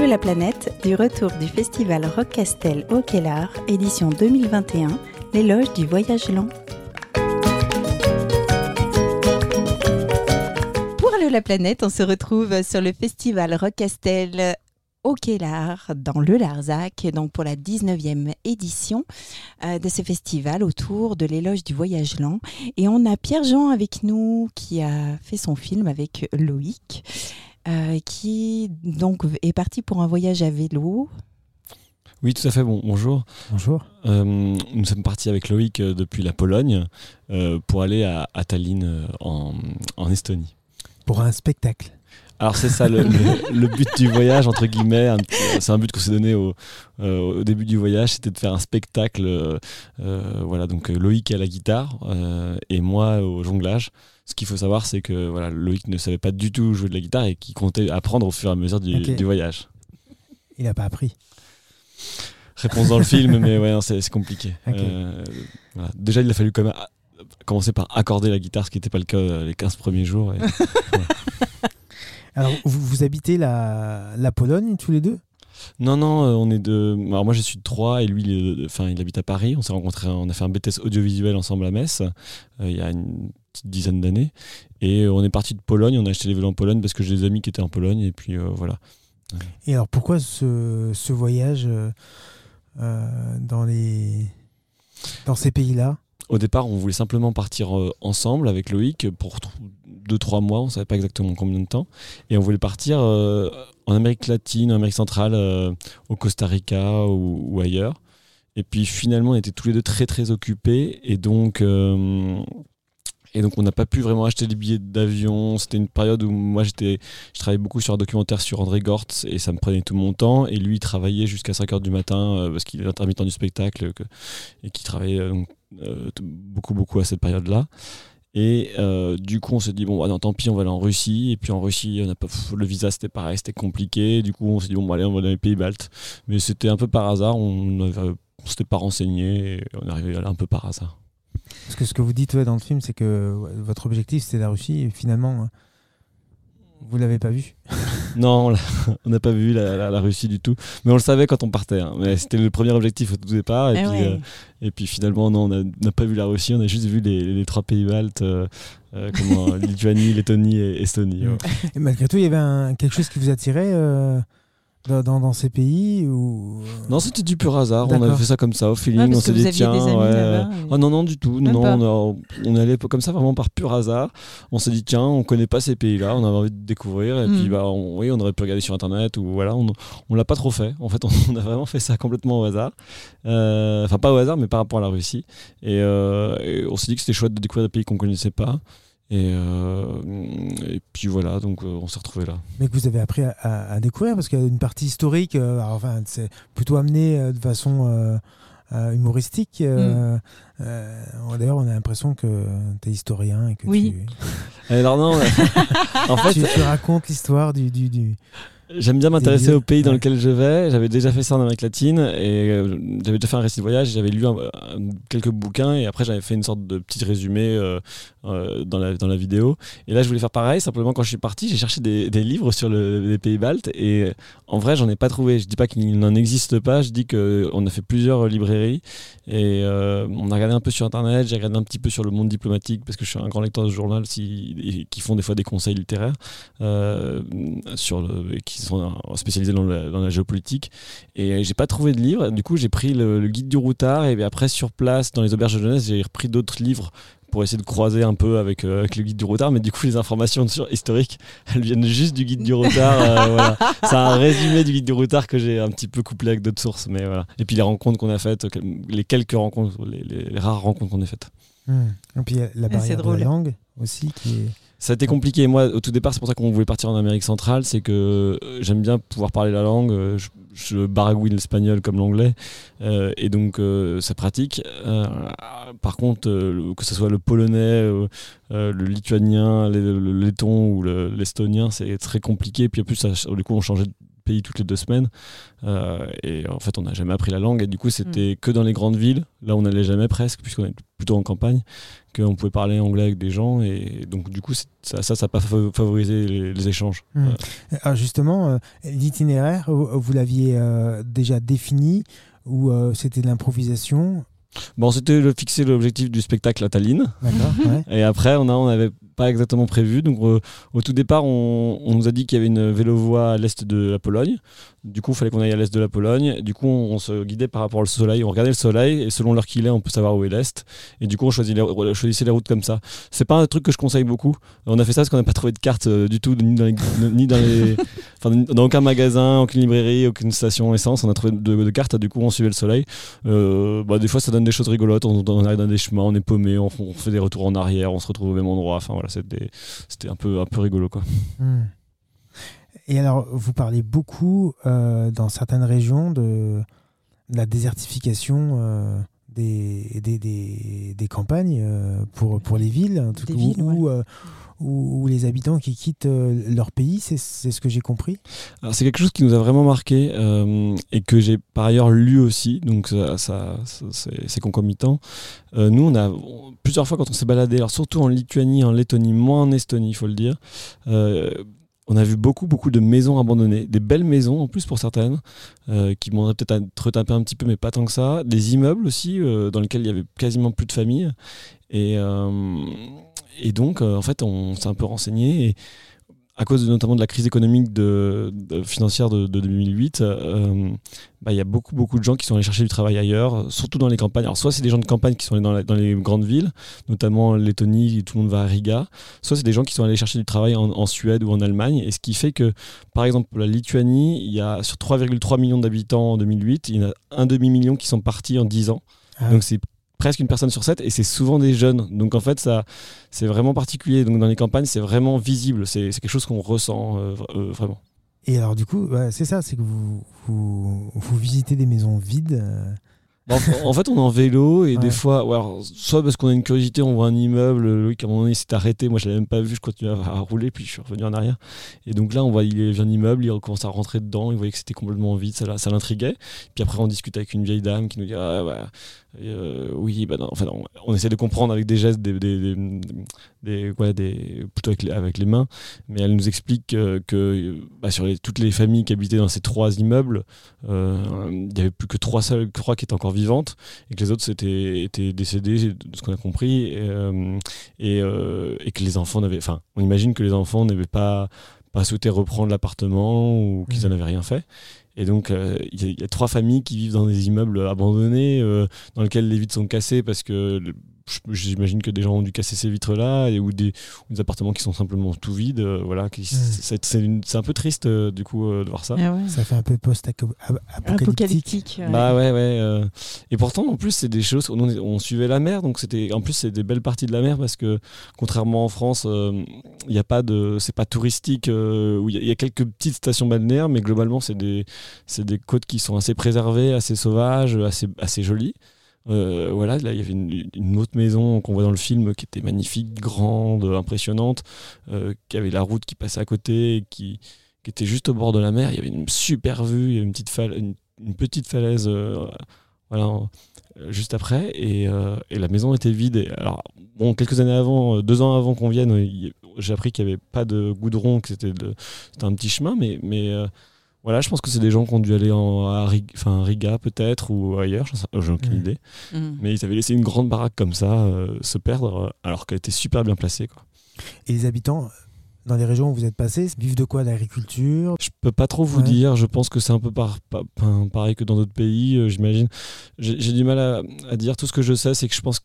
Allô la planète, du retour du festival Rock Castel au Kellar, édition 2021, l'éloge du voyage lent. Pour Allô la planète, on se retrouve sur le festival Rock Castel au Kellar, dans le Larzac, donc pour la 19e édition de ce festival autour de l'éloge du voyage lent. Et on a Pierre-Jean avec nous qui a fait son film avec Loïc, qui donc est parti pour un voyage à vélo. Oui, tout à fait. Bonjour. Bonjour. Nous sommes partis avec Loïc depuis la Pologne pour aller à Tallinn en Estonie. Pour un spectacle. Alors c'est ça le but du voyage, entre guillemets. C'est un but qu'on s'est donné au début du voyage, c'était de faire un spectacle. Voilà, donc Loïc à la guitare et moi au jonglage. Ce qu'il faut savoir, c'est que voilà, Loïc ne savait pas du tout jouer de la guitare et qu'il comptait apprendre au fur et à mesure du voyage. Il n'a pas appris. Réponse dans le film, mais ouais, non, c'est compliqué. Okay. Voilà. Déjà, il a fallu quand même commencer par accorder la guitare, ce qui n'était pas le cas les 15 premiers jours. Et, voilà. Alors, vous habitez la Pologne tous les deux ? Non, on est deux. Alors moi, je suis de Troyes et lui, il habite à Paris. On s'est rencontrés, on a fait un BTS audiovisuel ensemble à Metz il y a une petite dizaine d'années. Et on est parti de Pologne. On a acheté les vélos en Pologne parce que j'ai des amis qui étaient en Pologne. Et puis voilà. Et alors, pourquoi ce voyage dans ces pays-là ? Au départ, on voulait simplement partir ensemble avec Loïc pour 2-3 mois, on ne savait pas exactement combien de temps. Et on voulait partir en Amérique latine, en Amérique centrale, au Costa Rica ou ailleurs. Et puis finalement, on était tous les deux très très occupés. Et donc on n'a pas pu vraiment acheter les billets d'avion. C'était une période où moi, je travaillais beaucoup sur un documentaire sur André Gortz et ça me prenait tout mon temps. Et lui, il travaillait jusqu'à 5h du matin parce qu'il est intermittent du spectacle et qui travaillait beaucoup à cette période-là. Et du coup, on s'est dit, non, tant pis, on va aller en Russie. Et puis en Russie, le visa, c'était pareil, c'était compliqué. Du coup, on s'est dit, allez, on va dans les pays baltes. Mais c'était un peu par hasard. On ne s'était pas renseigné. Et on est arrivé là un peu par hasard. Parce que ce que vous dites dans le film, c'est que votre objectif, c'était la Russie. Et finalement, vous ne l'avez pas vu. Non, on n'a pas vu la Russie du tout. Mais on le savait quand on partait. Hein. Mais c'était le premier objectif au tout départ. Et puis finalement, non, on n'a pas vu la Russie. On a juste vu les 3 pays baltes, Lituanie, Lettonie et Estonie. Ouais. Et malgré tout, il y avait quelque chose qui vous attirait dans ces pays ou... Non, c'était du pur hasard. D'accord. On avait fait ça comme ça, au feeling. On s'est dit, tiens. Des amis là-bas, Ah non, du tout. Non, on est allé comme ça vraiment par pur hasard. On s'est dit, tiens, on connaît pas ces pays-là, on avait envie de découvrir. Et puis, on aurait pu regarder sur Internet ou voilà. On l'a pas trop fait. En fait, on a vraiment fait ça complètement au hasard. Enfin, pas au hasard, mais par rapport à la Russie. Et on s'est dit que c'était chouette de découvrir des pays qu'on connaissait pas. Et puis voilà, donc on s'est retrouvés là. Mais que vous avez appris à découvrir, parce qu'il y a une partie historique, c'est plutôt amené de façon humoristique. D'ailleurs, on a l'impression que tu es historien et que Alors non, en fait, tu racontes l'histoire du... J'aime bien m'intéresser aux pays dans lesquels je vais. J'avais déjà fait ça en Amérique latine et j'avais déjà fait un récit de voyage. J'avais lu quelques bouquins et après j'avais fait une sorte de petit résumé dans la vidéo. Et là je voulais faire pareil. Simplement quand je suis parti, j'ai cherché des livres sur les pays baltes et en vrai j'en ai pas trouvé. Je dis pas qu'il n'en existe pas. Je dis qu'on a fait plusieurs librairies et on a regardé un peu sur Internet. J'ai regardé un petit peu sur Le Monde diplomatique parce que je suis un grand lecteur de journal qui font des fois des conseils littéraires qui sont spécialisés dans la géopolitique et j'ai pas trouvé de livre. Du coup j'ai pris le guide du routard et après sur place dans les auberges de jeunesse j'ai repris d'autres livres pour essayer de croiser un peu avec le guide du routard, mais du coup les informations historiques elles viennent juste du guide du routard. Voilà. C'est un résumé du guide du routard que j'ai un petit peu couplé avec d'autres sources, mais voilà. Et puis les rencontres qu'on a faites, les quelques rencontres, les rares rencontres qu'on a faites. Et puis la barrière de la langue aussi qui est... Ça a été compliqué. Moi, au tout départ, c'est pour ça qu'on voulait partir en Amérique centrale. C'est que j'aime bien pouvoir parler la langue. Je baragouine l'espagnol comme l'anglais. Et donc, ça pratique. Par contre, que ce soit le polonais, le lituanien, le letton ou l'estonien, c'est très compliqué. Puis en plus, du coup, on changeait pays toutes les 2 semaines. Et en fait, on n'a jamais appris la langue. Et du coup, c'était que dans les grandes villes, là on n'allait jamais presque, puisqu'on est plutôt en campagne, qu'on pouvait parler anglais avec des gens. Et donc, du coup, ça n'a pas favorisé les échanges. Alors justement, l'itinéraire, vous l'aviez déjà défini ou c'était de l'improvisation? Bon, c'était fixer l'objectif du spectacle à Tallinn. D'accord, ouais. Et après, on n'avait pas exactement prévu. Donc, au tout départ, on nous a dit qu'il y avait une vélo-voie à l'est de la Pologne. Du coup, il fallait qu'on aille à l'est de la Pologne. Du coup, on se guidait par rapport au soleil. On regardait le soleil et selon l'heure qu'il est, on peut savoir où est l'est. Et du coup, on choisissait les routes comme ça. C'est pas un truc que je conseille beaucoup. On a fait ça parce qu'on n'a pas trouvé de carte du tout, ni dans aucun magasin, aucune librairie, aucune station essence. On a trouvé de carte. Du coup, on suivait le soleil. Des fois, ça donne des choses rigolotes. On arrive dans des chemins, on est paumé, on fait des retours en arrière, on se retrouve au même endroit. Enfin voilà, c'était un peu rigolo, quoi. Et alors, vous parlez beaucoup dans certaines régions de la désertification des campagnes pour les villes, en tout cas, ou les habitants qui quittent leur pays, c'est ce que j'ai compris. Alors, c'est quelque chose qui nous a vraiment marqué et que j'ai par ailleurs lu aussi, donc c'est concomitant. Nous, plusieurs fois quand on s'est baladé, alors surtout en Lituanie, en Lettonie, moins en Estonie, il faut le dire, on a vu beaucoup de maisons abandonnées, des belles maisons en plus pour certaines, qui demanderaient peut-être à être retapées un petit peu, mais pas tant que ça. Des immeubles aussi, dans lesquels il y avait quasiment plus de familles. Et donc, en fait, on s'est un peu renseigné. Et à cause notamment de la crise économique financière de 2008, il y a beaucoup de gens qui sont allés chercher du travail ailleurs, surtout dans les campagnes. Alors soit c'est des gens de campagne qui sont allés dans les grandes villes, notamment Lettonie, tout le monde va à Riga, soit c'est des gens qui sont allés chercher du travail en Suède ou en Allemagne, et ce qui fait que, par exemple, pour la Lituanie, il y a sur 3,3 millions d'habitants en 2008, il y en a un demi-million qui sont partis en 10 ans. Donc c'est presque une personne sur 7 et c'est souvent des jeunes. Donc en fait, ça, c'est vraiment particulier. Donc dans les campagnes, c'est vraiment visible. C'est quelque chose qu'on ressent vraiment. Et alors du coup, c'est ça, c'est que vous visitez des maisons vides. En fait, on est en vélo et des fois, alors, soit parce qu'on a une curiosité, on voit un immeuble, Loïc à un moment donné il s'est arrêté, moi je l'avais même pas vu, je continuais à rouler, puis je suis revenu en arrière. Et donc là, on voit, il vient un immeuble, il recommence à rentrer dedans, il voyait que c'était complètement vide, ça l'intriguait. Puis après, on discute avec une vieille dame qui nous dit oui, non, enfin, on essaie de comprendre avec des gestes, plutôt avec les mains, mais elle nous explique que sur toutes les familles qui habitaient dans ces 3 immeubles, il n'y avait plus que 3 seules, je crois, qui étaient encore vivantes, et que les autres étaient décédés, de ce qu'on a compris, et que les enfants on imagine que les enfants n'avaient pas souhaité reprendre l'appartement ou qu'ils n'en avaient rien fait. Et donc, il y a 3 familles qui vivent dans des immeubles abandonnés, dans lesquels les vitres sont cassées parce que j'imagine que des gens ont dû casser ces vitres-là, ou des appartements qui sont simplement tout vides. C'est un peu triste, du coup, de voir ça. Ça fait un peu post-apocalyptique. Et pourtant, en plus, c'est des choses... On suivait la mer, donc en plus, c'est des belles parties de la mer parce que, contrairement en France, y a pas c'est pas touristique. Il y a quelques petites stations balnéaires, mais globalement, c'est des côtes qui sont assez préservées, assez sauvages, assez jolies. Là, il y avait une autre maison qu'on voit dans le film qui était magnifique, grande, impressionnante, qui avait la route qui passait à côté, qui était juste au bord de la mer. Il y avait une super vue, il y avait une petite falaise juste après, et la maison était vide. Et alors, quelques années avant, 2 ans avant qu'on vienne, j'ai appris qu'il n'y avait pas de goudron, que c'était un petit chemin, mais je pense que c'est des gens qui ont dû aller à Riga peut-être ou ailleurs, j'ai aucune idée. Mais ils avaient laissé une grande baraque comme ça se perdre alors qu'elle était super bien placée, quoi. Et les habitants dans les régions où vous êtes passés vivent de quoi? D'agriculture? Je peux pas trop vous dire, je pense que c'est un peu pareil que dans d'autres pays, j'imagine. J'ai du mal à dire. Tout ce que je sais, c'est que je pense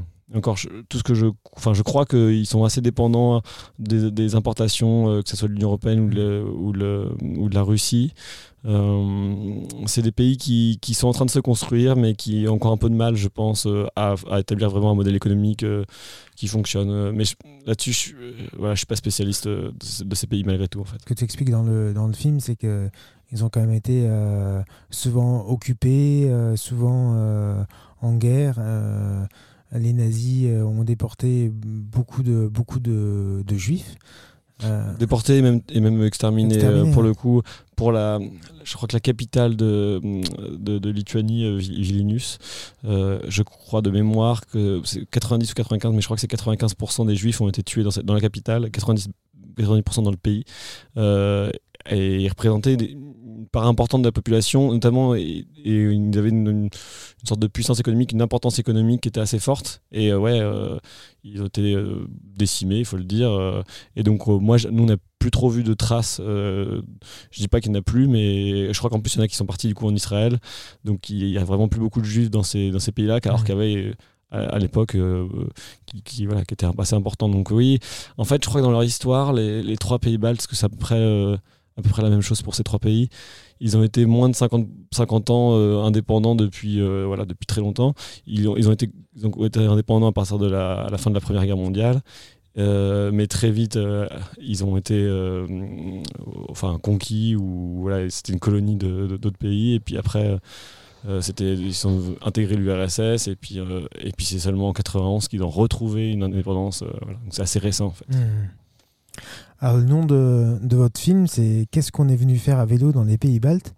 je crois qu'ils sont assez dépendants des importations, que ce soit de l'Union européenne ou de la Russie. C'est des pays qui sont en train de se construire, mais qui ont encore un peu de mal, je pense, à établir vraiment un modèle économique qui fonctionne. Mais là-dessus, je suis pas spécialiste de ces pays malgré tout, en fait. Ce que tu expliques dans le film, c'est que ils ont quand même été souvent occupés, souvent en guerre. Les nazis ont déporté beaucoup de juifs. Déportés et même exterminés. Pour le coup, je crois que la capitale de Lituanie, Vilnius, je crois de mémoire que c'est 90 ou 95, mais je crois que c'est 95% des Juifs ont été tués dans la capitale, 90% dans le pays. Et ils représentaient une part importante de la population, notamment, et ils avaient une sorte de puissance économique, une importance économique qui était assez forte. Et ils ont été décimés, il faut le dire. Et donc, nous, on n'a plus trop vu de traces. Je dis pas qu'il n'y en a plus, mais je crois qu'en plus, il y en a qui sont partis du coup en Israël. Donc, il y a vraiment plus beaucoup de Juifs dans ces pays-là, alors qu'il y avait à l'époque qui était assez important. Donc oui, en fait, je crois que dans leur histoire, les trois pays baltes, parce que c'est à peu près la même chose pour ces trois pays, ils ont été moins de 50 ans indépendants depuis très longtemps. Ils ont été indépendants à partir de la fin de la Première Guerre mondiale. Mais très vite, ils ont été conquis, ou c'était une colonie d'autres pays. Et puis après, ils ont intégré l'URSS. Et puis c'est seulement en 91 qu'ils ont retrouvé une indépendance. Donc c'est assez récent en fait. Alors, le nom de votre film, c'est Qu'est-ce qu'on est venu faire à vélo dans les pays baltes.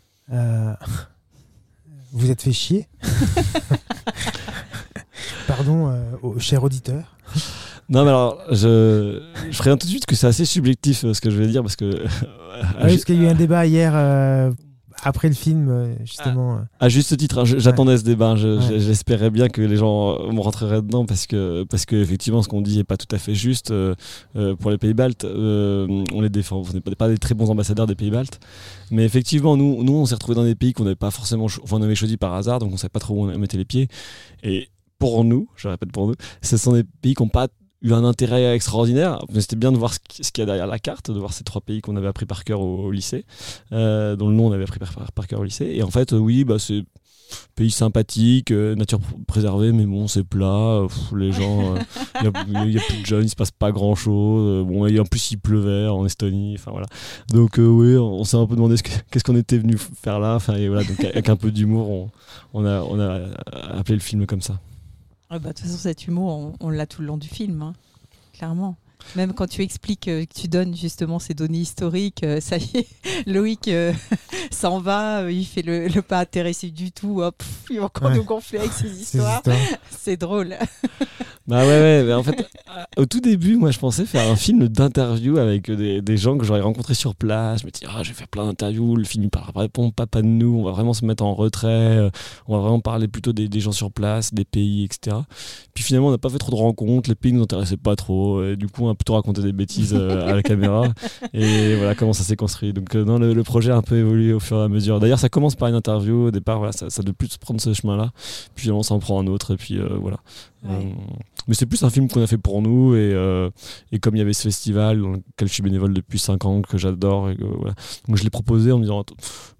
Vous êtes fait chier. Pardon, cher auditeur. Non, mais alors, je préviens tout de suite que c'est assez subjectif ce que je vais dire, parce que... parce qu'il y a eu un débat hier... Après le film, justement. À juste titre, j'attendais ce débat. J'espérais bien que les gens me rentreraient dedans, parce que effectivement, ce qu'on dit n'est pas tout à fait juste. Pour les pays baltes, on les défend. On n'est pas des très bons ambassadeurs des pays baltes. Mais effectivement, nous on s'est retrouvés dans des pays qu'on n'avait pas forcément... on avait choisi par hasard, donc on ne savait pas trop où on mettait les pieds. Et pour nous, je répète pour nous, ce sont des pays qui n'ont pas eu un intérêt extraordinaire, mais c'était bien de voir ce qu'il y a derrière la carte, de voir ces trois pays qu'on avait appris par cœur au lycée, dont le nom on avait appris par cœur au lycée. Et en fait, c'est pays sympathique, nature préservée, mais bon, c'est plat, les gens, il y a plus de jeunes, il se passe pas grand chose. En plus il pleuvait en Estonie, enfin voilà. Donc on s'est un peu demandé qu'est-ce qu'on était venu faire là. Enfin, et voilà, donc avec un peu d'humour, on a appelé le film comme ça. De toute façon, cet humour, on l'a tout le long du film, hein, clairement. Même quand tu expliques, que tu donnes justement ces données historiques, ça y est, Loïc s'en va, il fait le pas intéressé du tout, il va encore nous gonfler avec ses histoires. C'est drôle. Bah ouais, mais en fait, au tout début, moi je pensais faire un film d'interview avec des gens que j'aurais rencontrés sur place. Je me dis, je vais faire plein d'interviews, le film ne répond pas de nous, on va vraiment se mettre en retrait, on va vraiment parler plutôt des gens sur place, des pays, etc. Puis finalement, on n'a pas fait trop de rencontres, les pays ne nous intéressaient pas trop, et du coup, on a plutôt raconté des bêtises à la caméra. Et voilà comment ça s'est construit. Donc, le projet a un peu évolué au fur et à mesure. D'ailleurs, ça commence par une interview, au départ, ça doit plus prendre ce chemin-là. Puis finalement, ça en prend un autre, et puis voilà. Ouais. Mais c'est plus un film qu'on a fait pour nous, et comme il y avait ce festival dans lequel je suis bénévole depuis 5 ans, que j'adore, voilà. Donc je l'ai proposé en me disant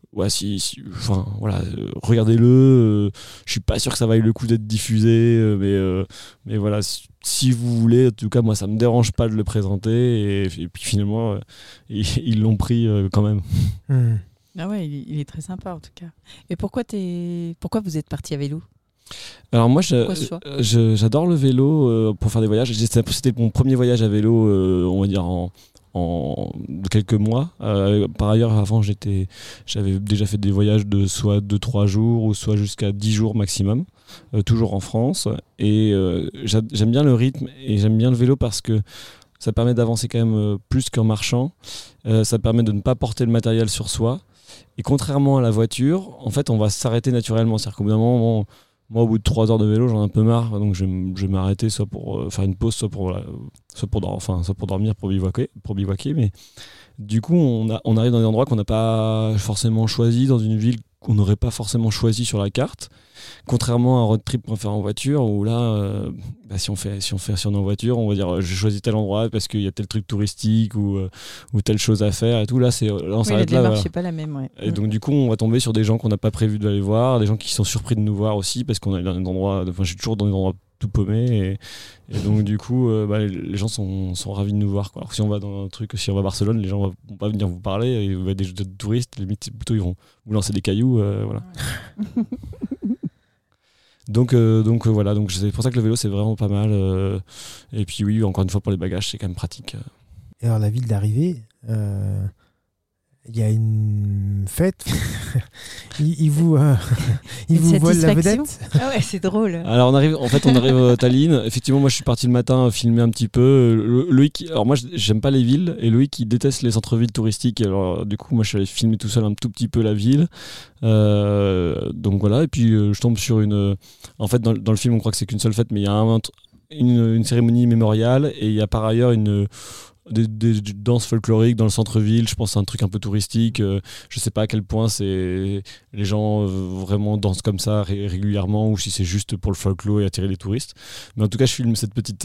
regardez-le, je suis pas sûr que ça vaille le coup d'être diffusé, mais voilà, si vous voulez, en tout cas moi ça me dérange pas de le présenter, et puis finalement ils l'ont pris quand même. Ah ouais, il est très sympa en tout cas. Et pourquoi vous êtes parti à vélo ? Alors moi j'adore le vélo pour faire des voyages. C'était mon premier voyage à vélo, on va dire en quelques mois. Par ailleurs, avant j'avais déjà fait des voyages de soit 2-3 jours, ou soit jusqu'à 10 jours maximum, toujours en France. Et j'aime bien le rythme, et j'aime bien le vélo parce que ça permet d'avancer quand même plus qu'en marchant. Ça permet de ne pas porter le matériel sur soi. Et contrairement à la voiture, en fait on va s'arrêter naturellement. C'est-à-dire qu'au bout d'un moment, moi, au bout de 3 heures de vélo, j'en ai un peu marre, donc je vais m'arrêter soit pour faire une pause, soit pour dormir, pour bivouaquer. Mais du coup, on arrive dans des endroits qu'on n'a pas forcément choisis, dans une ville qu'on n'aurait pas forcément choisie sur la carte. Contrairement à un road trip qu'on fait en voiture, où là, si on est en voiture, on va dire j'ai choisi tel endroit parce qu'il y a tel truc touristique ou telle chose à faire et tout. Là, on s'arrête là. La démarche n'est pas la même, ouais. Et donc du coup, on va tomber sur des gens qu'on n'a pas prévu d'aller voir, des gens qui sont surpris de nous voir aussi, parce qu'on est dans des endroits. Enfin, je suis toujours dans des endroits tout paumés, et donc du coup, les gens sont ravis de nous voir, quoi. Alors que si on va dans un truc, si on va à Barcelone, les gens vont pas venir vous parler, et vous avez des touristes, limite plutôt ils vont vous lancer des cailloux, voilà. Donc voilà, donc c'est pour ça que le vélo c'est vraiment pas mal, et puis oui, encore une fois pour les bagages c'est quand même pratique. Et alors, la ville d'arrivée, il y a une fête. Ils vous volent la vedette. Ah ouais, c'est drôle. Alors on arrive à Tallinn. Effectivement, moi je suis parti le matin filmer un petit peu. Loïc, alors moi j'aime pas les villes et Loïc il déteste les centres-villes touristiques. Alors du coup moi je suis allé filmer tout seul un tout petit peu la ville. Donc voilà, et puis je tombe sur une. En fait dans le film on croit que c'est qu'une seule fête, mais il y a une cérémonie mémoriale et il y a par ailleurs des danses folkloriques dans le centre-ville. Je pense que c'est un truc un peu touristique. Je sais pas à quel point les gens vraiment dansent comme ça régulièrement ou si c'est juste pour le folklore et attirer les touristes. Mais en tout cas, je filme cette petite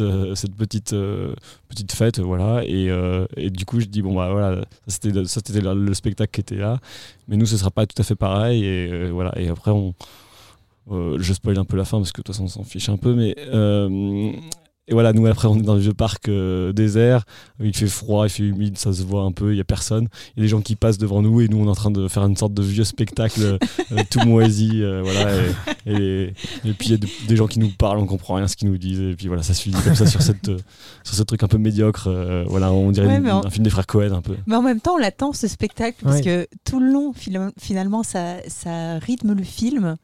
fête, voilà. Et du coup, je dis bon bah voilà, ça c'était le spectacle qui était là. Mais nous, ce sera pas tout à fait pareil. Et voilà. Et après, je spoil un peu la fin parce que de toute façon, on s'en fiche un peu, mais. Et voilà, nous après on est dans le vieux parc désert, il fait froid, il fait humide, ça se voit un peu, il n'y a personne. Il y a des gens qui passent devant nous et nous on est en train de faire une sorte de vieux spectacle tout moisi. Voilà, et puis il y a des gens qui nous parlent, on comprend rien ce qu'ils nous disent. Et puis voilà, ça se finit comme ça sur ce truc un peu médiocre. Voilà, on dirait un film des frères Cohen un peu. Mais en même temps, on l'attend ce spectacle parce que tout le long, finalement, ça rythme le film.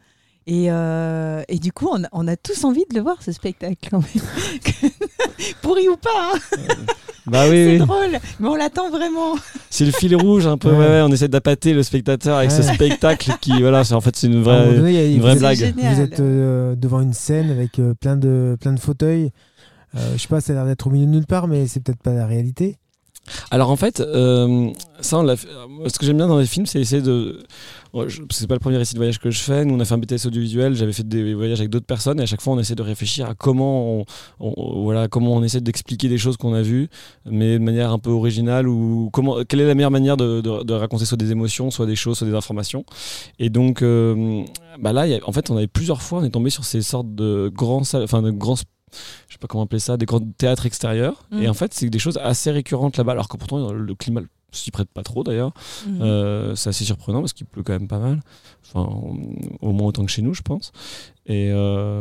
Et du coup, on a tous envie de le voir, ce spectacle, quand même. Pourri ou pas, hein. Bah oui, c'est drôle, mais on l'attend vraiment. C'est le fil rouge un peu, ouais, on essaie d'appâter le spectateur avec ce spectacle qui, voilà, c'est une vraie blague. Génial. Vous êtes devant une scène avec plein de fauteuils. Je sais pas, ça a l'air d'être au milieu de nulle part, mais c'est peut-être pas la réalité. Alors en fait, ce que j'aime bien dans les films, c'est essayer de. C'est pas le premier récit de voyage que je fais. Nous, on a fait un BTS audiovisuel. J'avais fait des voyages avec d'autres personnes et à chaque fois, on essaie de réfléchir à comment on essaie d'expliquer des choses qu'on a vues, mais de manière un peu originale ou quelle est la meilleure manière de raconter soit des émotions, soit des choses, soit des informations. Et donc, là, en fait, on avait plusieurs fois, on est tombé sur ces sortes de grands, je sais pas comment appeler ça, des grands théâtres extérieurs. Et en fait, c'est des choses assez récurrentes là-bas, alors que pourtant le climat s'y prête pas trop d'ailleurs. C'est assez surprenant parce qu'il pleut quand même pas mal, enfin au moins autant que chez nous, je pense. Et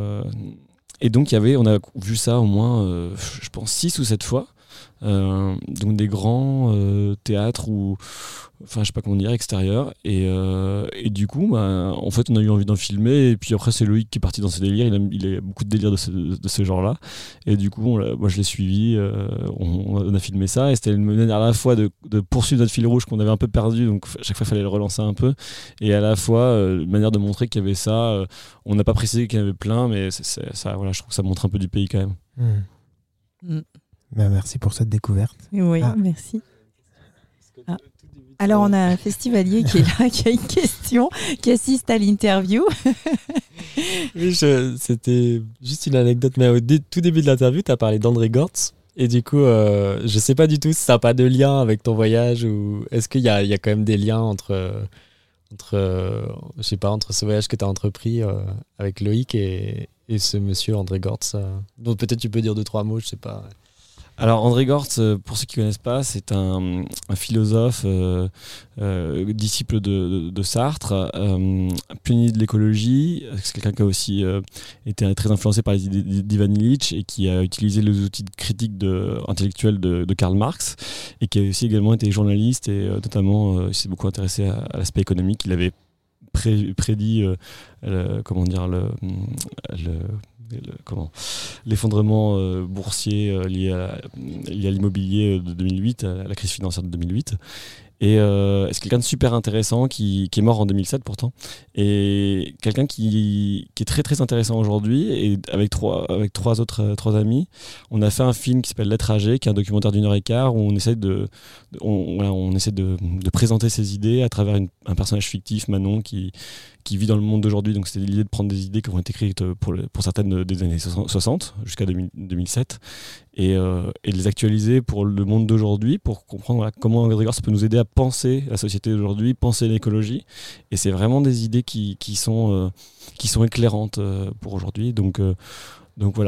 donc on a vu ça au moins je pense 6 ou 7 fois. Donc des grands théâtres ou enfin je sais pas comment dire, extérieurs et du coup en fait on a eu envie d'en filmer et puis après c'est Loïc qui est parti dans ses délires. Il a beaucoup de délires de ce genre là et du coup moi je l'ai suivi, on a filmé ça et c'était une manière à la fois de poursuivre notre fil rouge qu'on avait un peu perdu, donc à chaque fois il fallait le relancer un peu, et à la fois une manière de montrer qu'il y avait ça. On n'a pas précisé qu'il y en avait plein, mais ça, voilà, je trouve que ça montre un peu du pays quand même. Ben, merci pour cette découverte. Oui, merci. Alors, on a un festivalier qui est là, qui a une question, qui assiste à l'interview. Oui, c'était juste une anecdote, mais au tout début de l'interview, tu as parlé d'André Gortz. Et du coup, je sais pas du tout si ça n'a pas de lien avec ton voyage ou est-ce qu'il y a quand même des liens entre je sais pas, entre ce voyage que tu as entrepris avec Loïc et ce monsieur André Gortz. Donc peut-être tu peux dire 2-3 mots, je sais pas. Alors André Gortz, pour ceux qui ne connaissent pas, c'est un philosophe, disciple de Sartre, pionnier de l'écologie. C'est quelqu'un qui a aussi été très influencé par les idées d'Ivan Illich et qui a utilisé les outils de critique intellectuelle de Karl Marx, et qui a aussi également été journaliste et notamment il s'est beaucoup intéressé à l'aspect économique. Il avait prédit l'effondrement boursier lié à l'immobilier de 2008, à la crise financière de 2008. Et c'est quelqu'un de super intéressant qui est mort en 2007 pourtant, et quelqu'un qui est très très intéressant aujourd'hui. Et avec trois amis, on a fait un film qui s'appelle L'être âgé, qui est un documentaire d'1h15 où on essaie de présenter ses idées à travers un personnage fictif, Manon, qui vit dans le monde d'aujourd'hui. Donc c'était l'idée de prendre des idées qui ont été écrites pour certaines des années 60 jusqu'à 2007 et de les actualiser pour le monde d'aujourd'hui, pour comprendre comment André Gortz peut nous aider à penser la société d'aujourd'hui, penser l'écologie. Et c'est vraiment des idées qui sont éclairantes pour aujourd'hui. Donc voilà, alors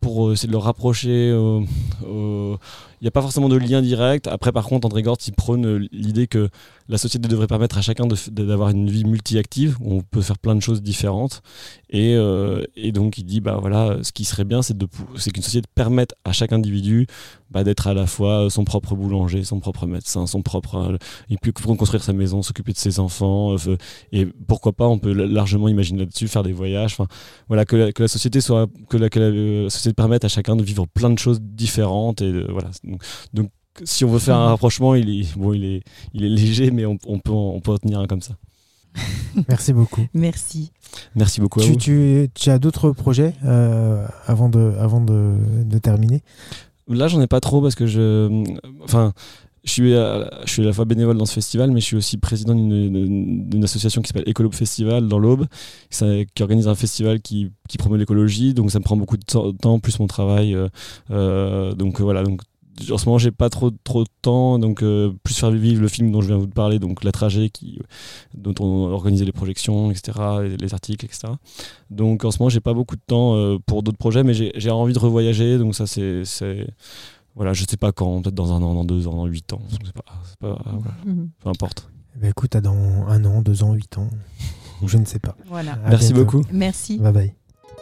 pour essayer de le rapprocher. Il n'y a pas forcément de lien direct. Après, par contre, André Gortz, il prône l'idée que la société devrait permettre à chacun d'avoir une vie multi-active, où on peut faire plein de choses différentes. Et donc, il dit, voilà, ce qui serait bien, c'est qu'une société permette à chaque individu d'être à la fois son propre boulanger, son propre médecin, il peut construire sa maison, s'occuper de ses enfants. Et pourquoi pas, on peut largement imaginer là-dessus, faire des voyages. Voilà, que la société permette à chacun de vivre plein de choses différentes. Et voilà. Donc, si on veut faire un rapprochement, il est léger, mais on peut en tenir un comme ça. Merci beaucoup. Merci beaucoup à vous. Tu as d'autres projets avant de terminer? Là, j'en ai pas trop parce que je suis à la fois bénévole dans ce festival, mais je suis aussi président d'une association qui s'appelle Écolobe Festival dans l'Aube, qui organise un festival qui promeut l'écologie. Donc ça me prend beaucoup de temps, plus mon travail. Donc voilà. Donc en ce moment, j'ai pas trop de temps, donc plus faire vivre le film dont je viens de vous parler, donc La Trajet, dont on organisait les projections, etc., les articles, etc. Donc en ce moment, j'ai pas beaucoup de temps pour d'autres projets, mais j'ai envie de revoyager, donc ça c'est voilà, je sais pas quand, peut-être dans 1 an, dans 2 ans, dans 8 ans, c'est pas voilà, peu importe. Écoute, dans 1 an, 2 ans, 8 ans, je ne sais pas. Voilà. Merci beaucoup. Merci. Bye bye.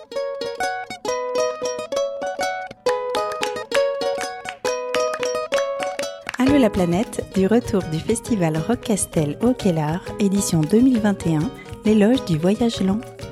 Allô la planète, du retour du festival Rock Castel au Kellar, édition 2021, l'éloge du voyage lent.